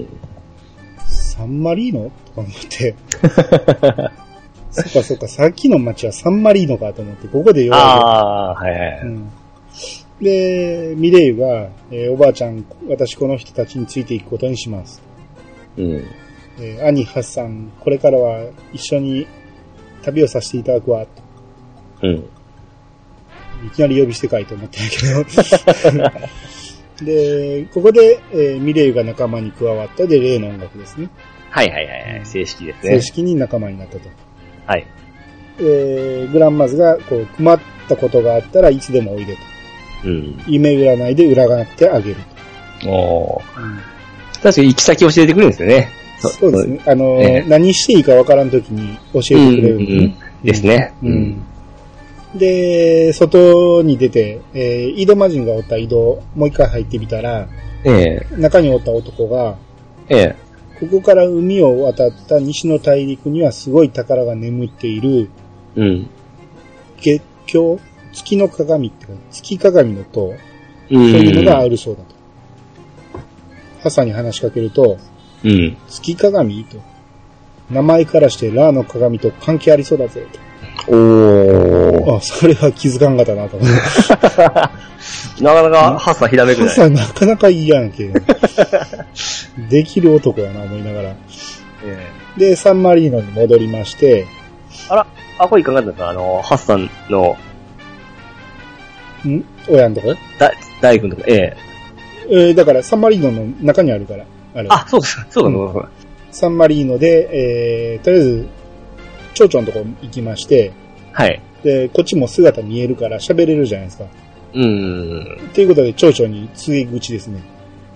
サンマリーノとか思って。そっかそっか、さっきの町はサンマリーノかと思って、ここで言われる。 ああ、はいはい。うん、 で、ミレイが、えー、おばあちゃん、私この人たちについていくことにします。うんえー、兄、ハッサン、これからは一緒に旅をさせていただくわ、と。うん。いきなり呼び捨てかいと思ってるけど。で、ここで、えー、ミレイが仲間に加わったで、例の音楽ですね。 はいはいはい、はい。正式ですね。 正式に仲間になったと。 はい。 えー、グランマズが、こう、困ったことがあったらいつでもおいでと。うん。夢占いで占ってあげると。おー。うん、確かに行き先教えてくれるんですよね。 そうですね。あの、ね、何していいかわからんときに教えてくれる、ねうんうん。 ですね。 うん。で、外に出て、えー、井戸魔人がおった井戸、もう一回入ってみたら、ええ、中におった男が、ええ、ここから海を渡った西の大陸にはすごい宝が眠っている、うん。月鏡月の鏡ってか、月鏡の塔、そういうのがあるそうだと。ハサに話しかけると、うん。月鏡と。名前からしてラーの鏡と関係ありそうだぜと。おー。あ、それは気づかんかったなと思って。 なかなかハッサひらめくない。 ハッサなかなかいいやんけ。できる男やな思いながら。えー、で、サンマリーノに戻りまして。 あら、あ、これいかがだったあの、ハッサンの。 ん親のとこだ、大工のとこ、ええー。えー、だからサンマリーノの中にあるから。あれあ、そうです。そうか、そうか、うん。 サンマリーノで、えー、とりあえず、蝶々のとこ行きまして、はい。で、こっちも姿見えるから喋れるじゃないですか。うーん。ということで、蝶々に告げ口ですね。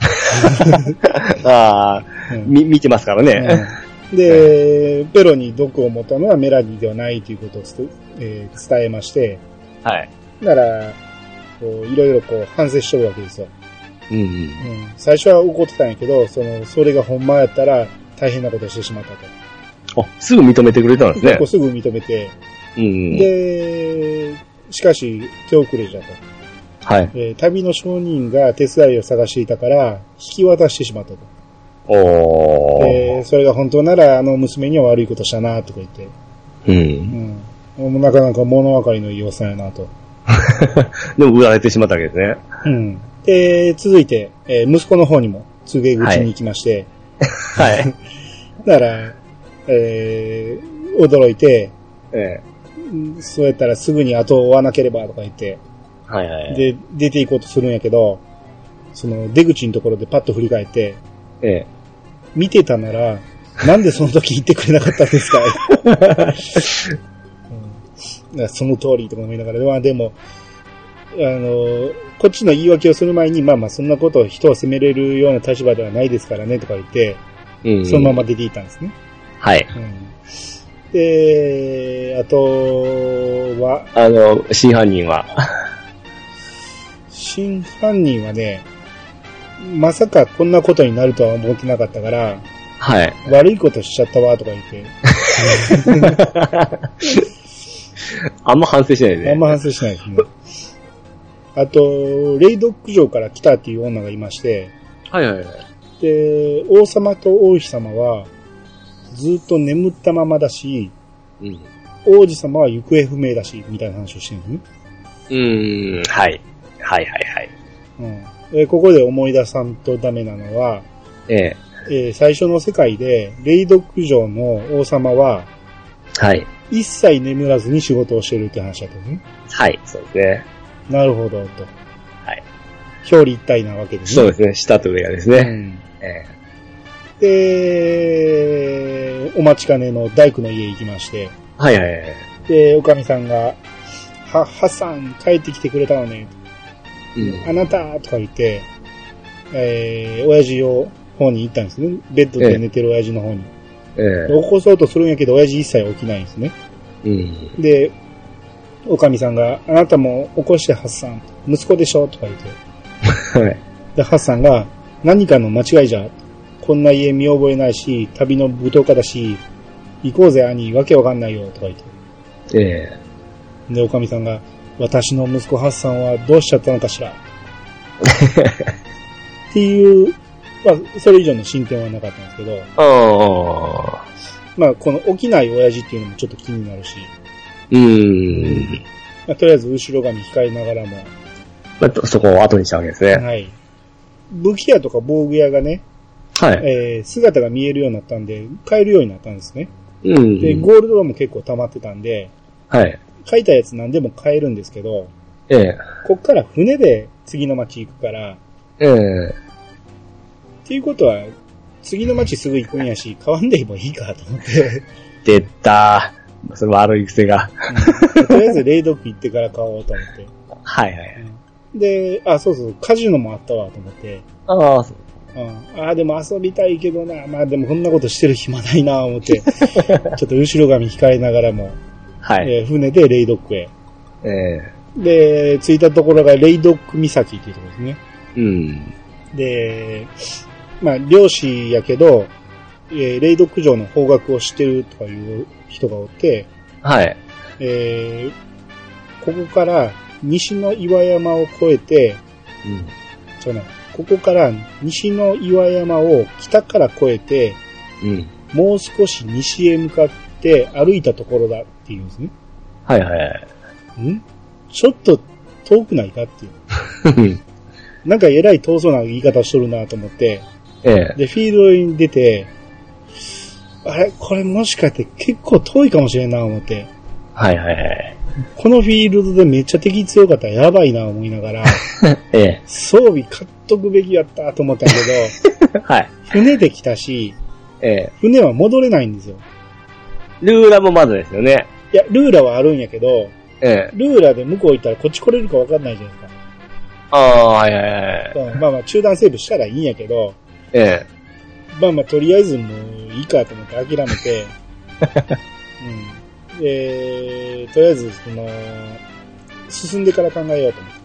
ああ、うん、み、見てますからね。 うん、で、はい、ペロに毒を持ったのはメラニーではないということを、えー、伝えまして、はい。だから、こう、いろいろこう、反省しとるわけですよ。うんうんうん、最初は怒ってたんやけど、その、それがほんまやったら大変なことをしてしまったと。あ、すぐ認めてくれたんですね。 結構すぐ認めて。うんうん、で、しかし、手遅れじゃと。はい。えー、旅の商人が手伝いを探していたから、引き渡してしまったと。おー。えー、それが本当なら、あの娘には悪いことしたな、とか言って。うん。うん。もうなかなか物分かりのいいおっさんやなと。 でも売られてしまったわけですね。 うん。で、続いて、えー、息子の方にも告げ口に行きまして。はい。はい、だから、えー、驚いて、ええ、そうやったらすぐに後を追わなければとか言って、はいはい、はい。で、出て行こうとするんやけど、その出口のところでパッと振り返って、ええ、見てたなら、なんでその時言ってくれなかったんですか、うん、その通りとか思いながら、まあでも、あの、こっちの言い訳をする前に、まあまあそんなことを人を責めれるような立場ではないですからねとか言って、うんうん、そのまま出ていったんですね。はい。うん、で、あとは、 あの、真犯人は真犯人はね、まさかこんなことになるとは思ってなかったから、はい。悪いことしちゃったわとか言って。 あんま反省しないね。 あんま反省しないですね。あと、レイドック城から来たっていう女がいまして、はいはいはい。で、王様と王妃様は、ずっと眠ったままだし、うん、 王子様は行方不明だし、みたいな話をしてるのね。 うーん、はい。はいはいはい。 うん。えー、ここで思い出さんとダメなのは、 えええー、最初の世界で、レイドック城の王様は、 はい。 一切眠らずに仕事をしてるって話だったね。 はい、そうですね。 なるほど、と。 はい。 表裏一体なわけですね。そうですね、下と上がですね。うん。 ええ。で、お待ちかねの大工の家行きまして。 はいはいはい。 で、おかみさんが、は、ハッサン帰ってきてくれたのね。うん。あなたとか言って、えー、親父を方に行ったんですね。ベッドで寝てる親父の方に。ええ。起こそうとするんやけど、親父一切起きないんですね。うん。で、おかみさんが、あなたも起こしてハッサン、息子でしょとか言って。はい。で、ハッサンが、何かの間違いじゃ。こんな家見覚えないし、旅の舞踏家だし、行こうぜ兄、わけわかんないよ、とか言って。ええ。で、おかみさんが、私の息子ハッサンはどうしちゃったのかしら。っていう、まあ、それ以上の進展はなかったんですけど。ああ。まあ、この起きない親父っていうのもちょっと気になるし。うーん。まあ、とりあえず後ろ髪控えながらも。 まあ、そこを後にしたわけですね。 はい。武器屋とか防具屋がね。はい。えー、姿が見えるようになったんで、買えるようになったんですね。うん。で、ゴールドも結構溜まってたんで。はい。書いたやつ何でも買えるんですけど。ええ。こっから船で次の町行くから。ええ。っていうことは、次の町すぐ行くんやし、買わんでもいいかと思って。 出たー。その悪い癖が、 うん。とりあえずレイドック行ってから買おうと思って。はいはい。うん、で、あ、そうそう、カジノもあったわと思って。ああ、そう。うん、ああ、でも遊びたいけどな。まあでもこんなことしてる暇ないな思って。ちょっと後ろ髪控えながらも。はい。えー、船でレイドックへ。ええー。で、着いたところがレイドック岬っていうところですね。うん。で、まあ、漁師やけど、えー、レイドック城の方角を知ってるとかいう人がおって、はい。えー、ここから西の岩山を越えて、うん。そうね。ここから西の岩山を北から越えて、うん。もう少し西へ向かって歩いたところだっていうんですね。はいはいはい。ん？ちょっと遠くないかっていう。なんか偉い遠そうな言い方しとるなと思って、ええ。で、フィールドに出て、あれこれもしかして結構遠いかもしれんな思って。はいはいはい。このフィールドでめっちゃ敵強かったらやばいな思いながら、ええ。装備買っとくべきやったと思ったけど、はい。船で来たし、ええ。船は戻れないんですよ。 ルーラもまだですよね。 いや、ルーラはあるんやけど、ええ。ルーラで向こう行ったらこっち来れるか分かんないじゃないですか。ああ、はいはいはい。まあまあ中断セーブしたらいいんやけど、ええ。まあまあとりあえずもういいかと思って諦めて、うん。で、とりあえずその、進んでから考えようと思って。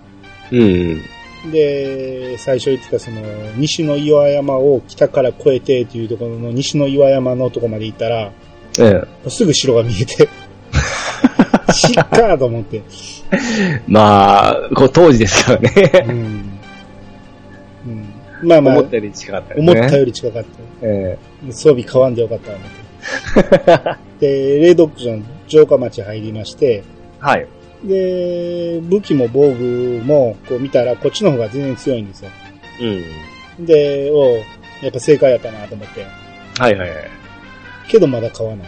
うん。で、最初言ってたその、西の岩山を北から越えてっていうところの西の岩山のとこまで行ったら、ええ。すぐ城が見えて、しっかーと思って。 まあ、こう当時ですからね。うん。 うん、まあまあ。 思ったより近かったですね。思ったより近かった。ええ。装備買わんでよかった思って。で、レイドック城の城下町入りまして。はい。で、武器も防具もこう見たらこっちの方が全然強いんですよ。うん。で、おやっぱ正解やったなと思って。はいはいはい。けどまだ買わない。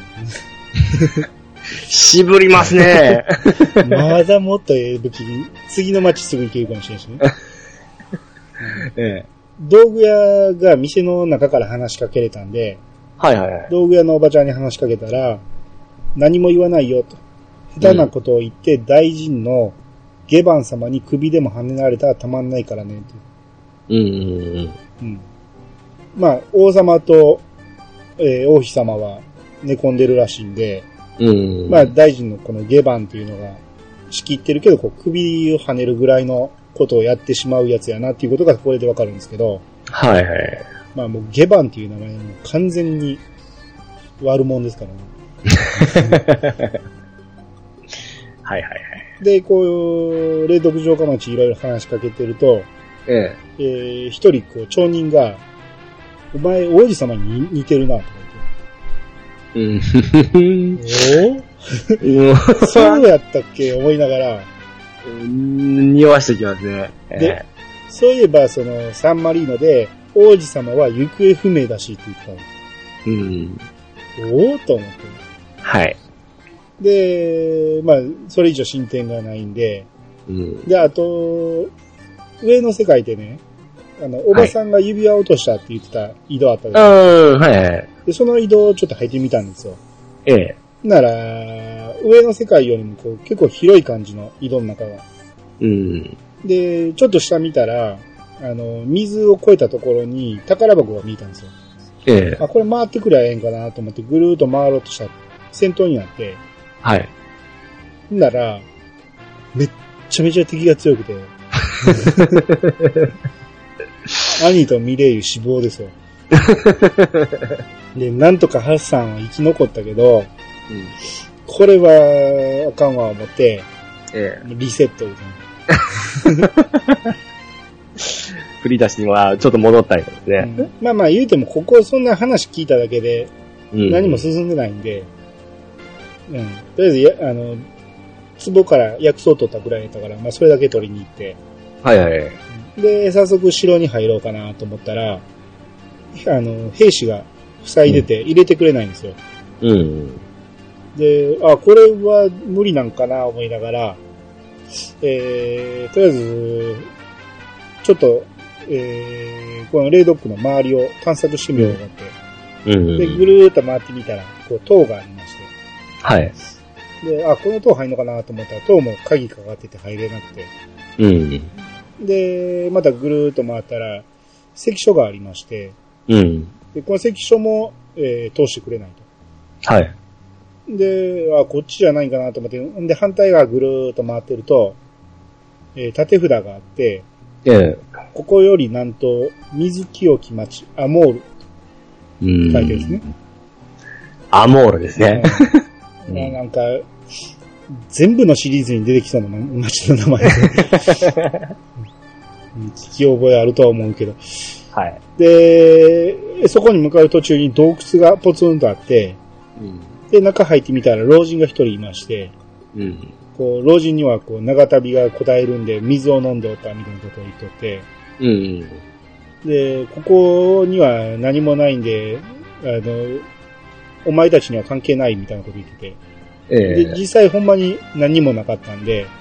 渋りますね。 まだもっとええ武器、次の街すぐ行けるかもしれないしね。ええ、道具屋が店の中から話しかけれたんで、はいはいはい、道具屋のおばちゃんに話しかけたら、何も言わないよと。下手なことを言って、うん、大臣のゲバン様に首でも跳ねられたらたまんないからね。うんうんうんうん。まあ、王様と、えー、王妃様は寝込んでるらしいんで、うん、まあ大臣のこのゲバンっていうのが仕切ってるけど、こう首を跳ねるぐらいのことをやってしまうやつやなっていうことがこれでわかるんですけど。はいはい。まあもうゲバンっていう名前も完全に悪者ですからね。はいはいはい。で、こう、霊徳城下町いろいろ話しかけてると、ええ。えー、一人こう町人が、お前王子様に似てるなと。うん。おそうやったっけ思いながら。 うん、匂わしてきますね。 で、えー、そういえば、その、サンマリーノで、王子様は行方不明だしって言ったの。うん。おーと思って。 はい。 で、まあ、それ以上進展がないんで、うん、で、あと、上の世界でね、あの、おばさんが指輪を落としたって言ってた井戸あったで、 はい、うん、はいはい。 で、その井戸をちょっと入ってみたんですよ。 ええ。 なら、上の世界よりもこう結構広い感じの井戸の中は。うん。で、ちょっと下見たら、あの、水を越えたところに宝箱が見えたんですよ。ええ。あ、これ回ってくりゃええんかなと思ってぐるーっと回ろうとした戦闘になって。はい。なら、めっちゃめちゃ敵が強くて。兄とミレイユ死亡ですよ。で、なんとかハッサンは生き残ったけど、うん、これはあかんわ思って、ええ、リセットみたいな。 振り出しにはちょっと戻ったりですね、 うん。まあまあ言うてもここそんな話聞いただけで何も進んでないんで、うん、うん、とりあえずやあの壺から薬草を取ったぐらいだったから、まあそれだけ取りに行って、はいはい。で早速城に入ろうかなと思ったら、あの兵士が塞いでて入れてくれないんですよ。うん。うん、で、あこれは無理なんかな思いながら、えー、とりあえずちょっと。えー、このレイドックの周りを探索してみようと思って、うんうん、で、ぐるーっと回ってみたら、こう、塔がありまして。はい。で、あ、この塔入るのかなと思ったら、塔も鍵かかってて入れなくて。うん。で、またぐるーっと回ったら、関所がありまして、うん。で、この関所も、えー、通してくれないと。はい。で、あ、こっちじゃないかなと思って、で、反対側ぐるーっと回ってると、えー、縦札があって、ええ、ここよりなんと、水清き町、アモール。うん。書いてるんですね。 アモールですね。 うん、なんか、全部のシリーズに出てきそうな町の名前で。聞き覚えあるとは思うけど。はい。で、そこに向かう途中に洞窟がポツンとあって、うん、で、中入ってみたら老人が一人いまして、うん。こう老人にはこう長旅が答えるんで水を飲んでおったみたいなことを言っとって、うん、でここには何もないんであのお前たちには関係ないみたいなこと言ってて、えー、で実際ほんまに何もなかったんで、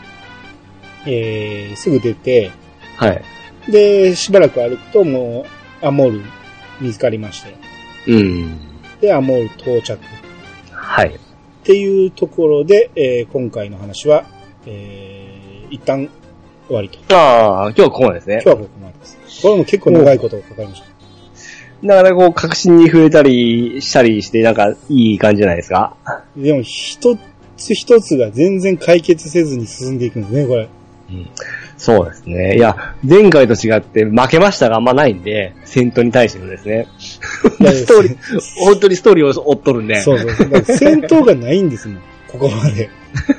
えー、すぐ出て、はい、でしばらく歩くともうアモール見つかりまして、うん、でアモール到着。はい。っていうところで、えー、今回の話は、えー、一旦終わりと。 ああ、今日はここまでですね。 今日はここまでです。これも結構長いことかかりました。 なかなかこう、確信に触れたりしたりして、なんか、いい感じじゃないですか。 でも、一つ一つが全然解決せずに進んでいくんですね、これ。 うん、そうですね。いや、前回と違って負けましたがあんまないんで、戦闘に対してのですね。ストーリー、本当にストーリーを追っとるんで。 そうそうそう。戦闘がないんですもん、ここまで。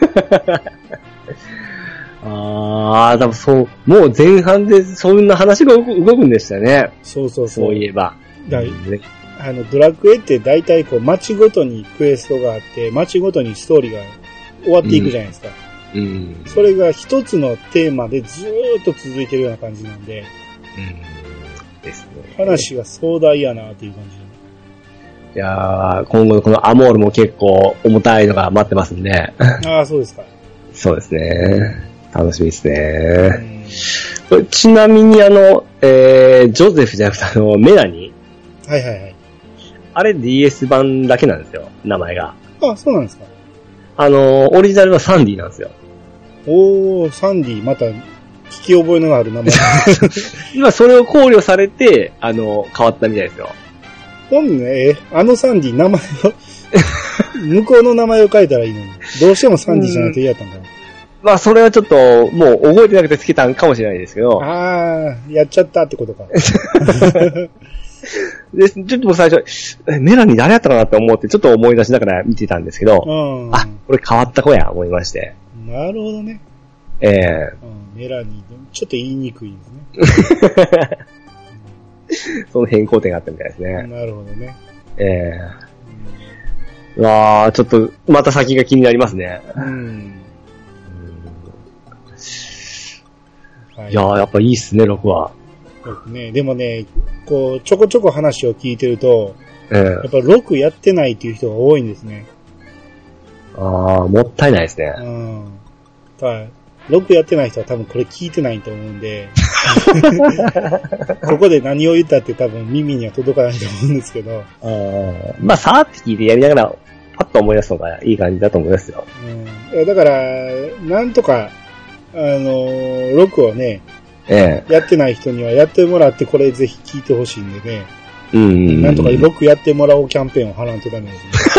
ああ、多分そう、もう前半でそんな話が動くんでしたね。 そうそうそう。 そういえば。 だね、あの、ドラクエって大体こう、街ごとにクエストがあって、街ごとにストーリーが終わっていくじゃないですか。うんうん、それが一つのテーマでずーっと続いてるような感じなんで、うん、ですね。話が壮大やなっていう感じ。 いやー、今後のこのアモールも結構重たいのが待ってますんで。 ああ、そうですか。 そうですね。楽しみですね。うん、ちなみにあの、えー、ジョゼフじゃなくてあの、メラニー。 はいはいはい。 あれ ディーエス 版だけなんですよ、名前が。 あ、そうなんですか。 あの、オリジナルはサンディなんですよ。 おー、サンディ、また、聞き覚えのある名前。 今、それを考慮されて、あの、変わったみたいですよ。 ほんね、あのサンディ、名前を、向こうの名前を書いたらいいのに。どうしてもサンディじゃないと嫌だったんだ。 まあ、それはちょっと、もう覚えてなくてつけたんかもしれないですけど。 ああ、やっちゃったってことか。 で、ちょっと僕最初、メラニー誰やったかなって思って、ちょっと思い出しながら見てたんですけど、うん、あ、これ変わった子や、思いまして。 なるほどね。 ええーうん、メラニー、ちょっと言いにくいですね。 その変更点があったみたいですね。 なるほどね。 ええーうわー、ちょっと、また先が気になりますね。うん。はい、いやー、やっぱいいっすね、ろくは。 ね、でもね、こう、ちょこちょこ話を聞いてると、えー、やっぱろくやってないっていう人が多いんですね。 あー、もったいないですね。 うん。ただ、ろくやってない人は多分これ聞いてないと思うんで、ここで何を言ったって多分耳には届かないと思うんですけど。 あまあ、さーって聞いてやりながら、パッと思い出すのがいい感じだと思いますよ。 うん、だから、なんとか、あのー、ろくをね、ええ、やってない人にはやってもらってこれぜひ聞いてほしいんでね。うんうんうん、なんとかろくやってもらおうキャンペーンを払わんとダメ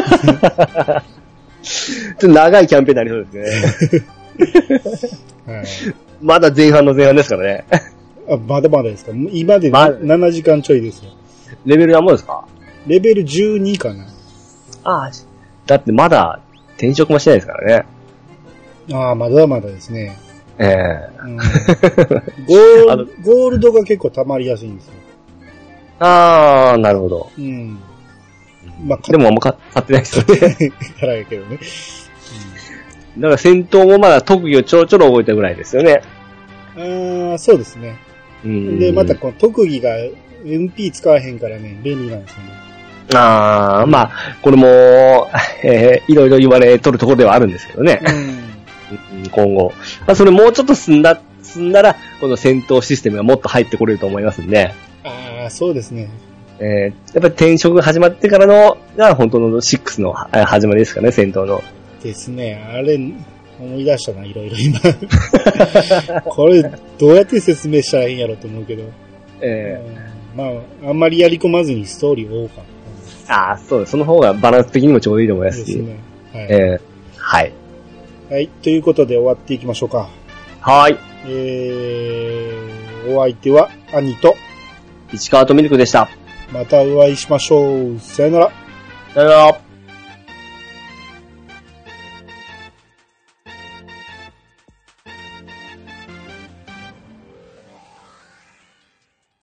ですね。ちょっと長いキャンペーンになりそうですね。はい、まだ前半の前半ですからね。 あ、まだまだですか。今でななじかんちょいですよ。 レベル何もですか？ レベルじゅうにかな。 ああ、だってまだ転職もしてないですからね。 ああ、まだまだですね。ええーうん、ゴ, ールゴールドが結構溜まりやすいんですよ。 ああ、なるほど。うん。まあ、でもあんま買ってないですよね。 からやけどね。 うん、だから戦闘もまだ特技をちょろちょろ覚えたぐらいですよね。 ああ、そうですね。うん。で、またこの特技が エムピー 使わへんからね、便利なんですよね。 ああ、まあ、これも、えー、いろいろ言われとるところではあるんですけどね。うん今後。まあ、それもうちょっと進んだ、進んだら、この戦闘システムがもっと入ってこれると思いますんで。 ああ、そうですね。 えー、やっぱり転職が始まってからの、が本当のろくの始まりですかね、戦闘の。 ですね。あれ、思い出したな、いろいろ今。これ、どうやって説明したらいいんやろと思うけど。えー、まあ、あんまりやり込まずにストーリーを追おうか。 ああ、そうです。その方がバランス的にもちょうどいいと思いますし。ですね。はい。えー、はい。 はい。ということで終わっていきましょうか。 はい。 えー、お相手は兄と市川とミルクでした。 またお会いしましょう。さよなら。 さよなら。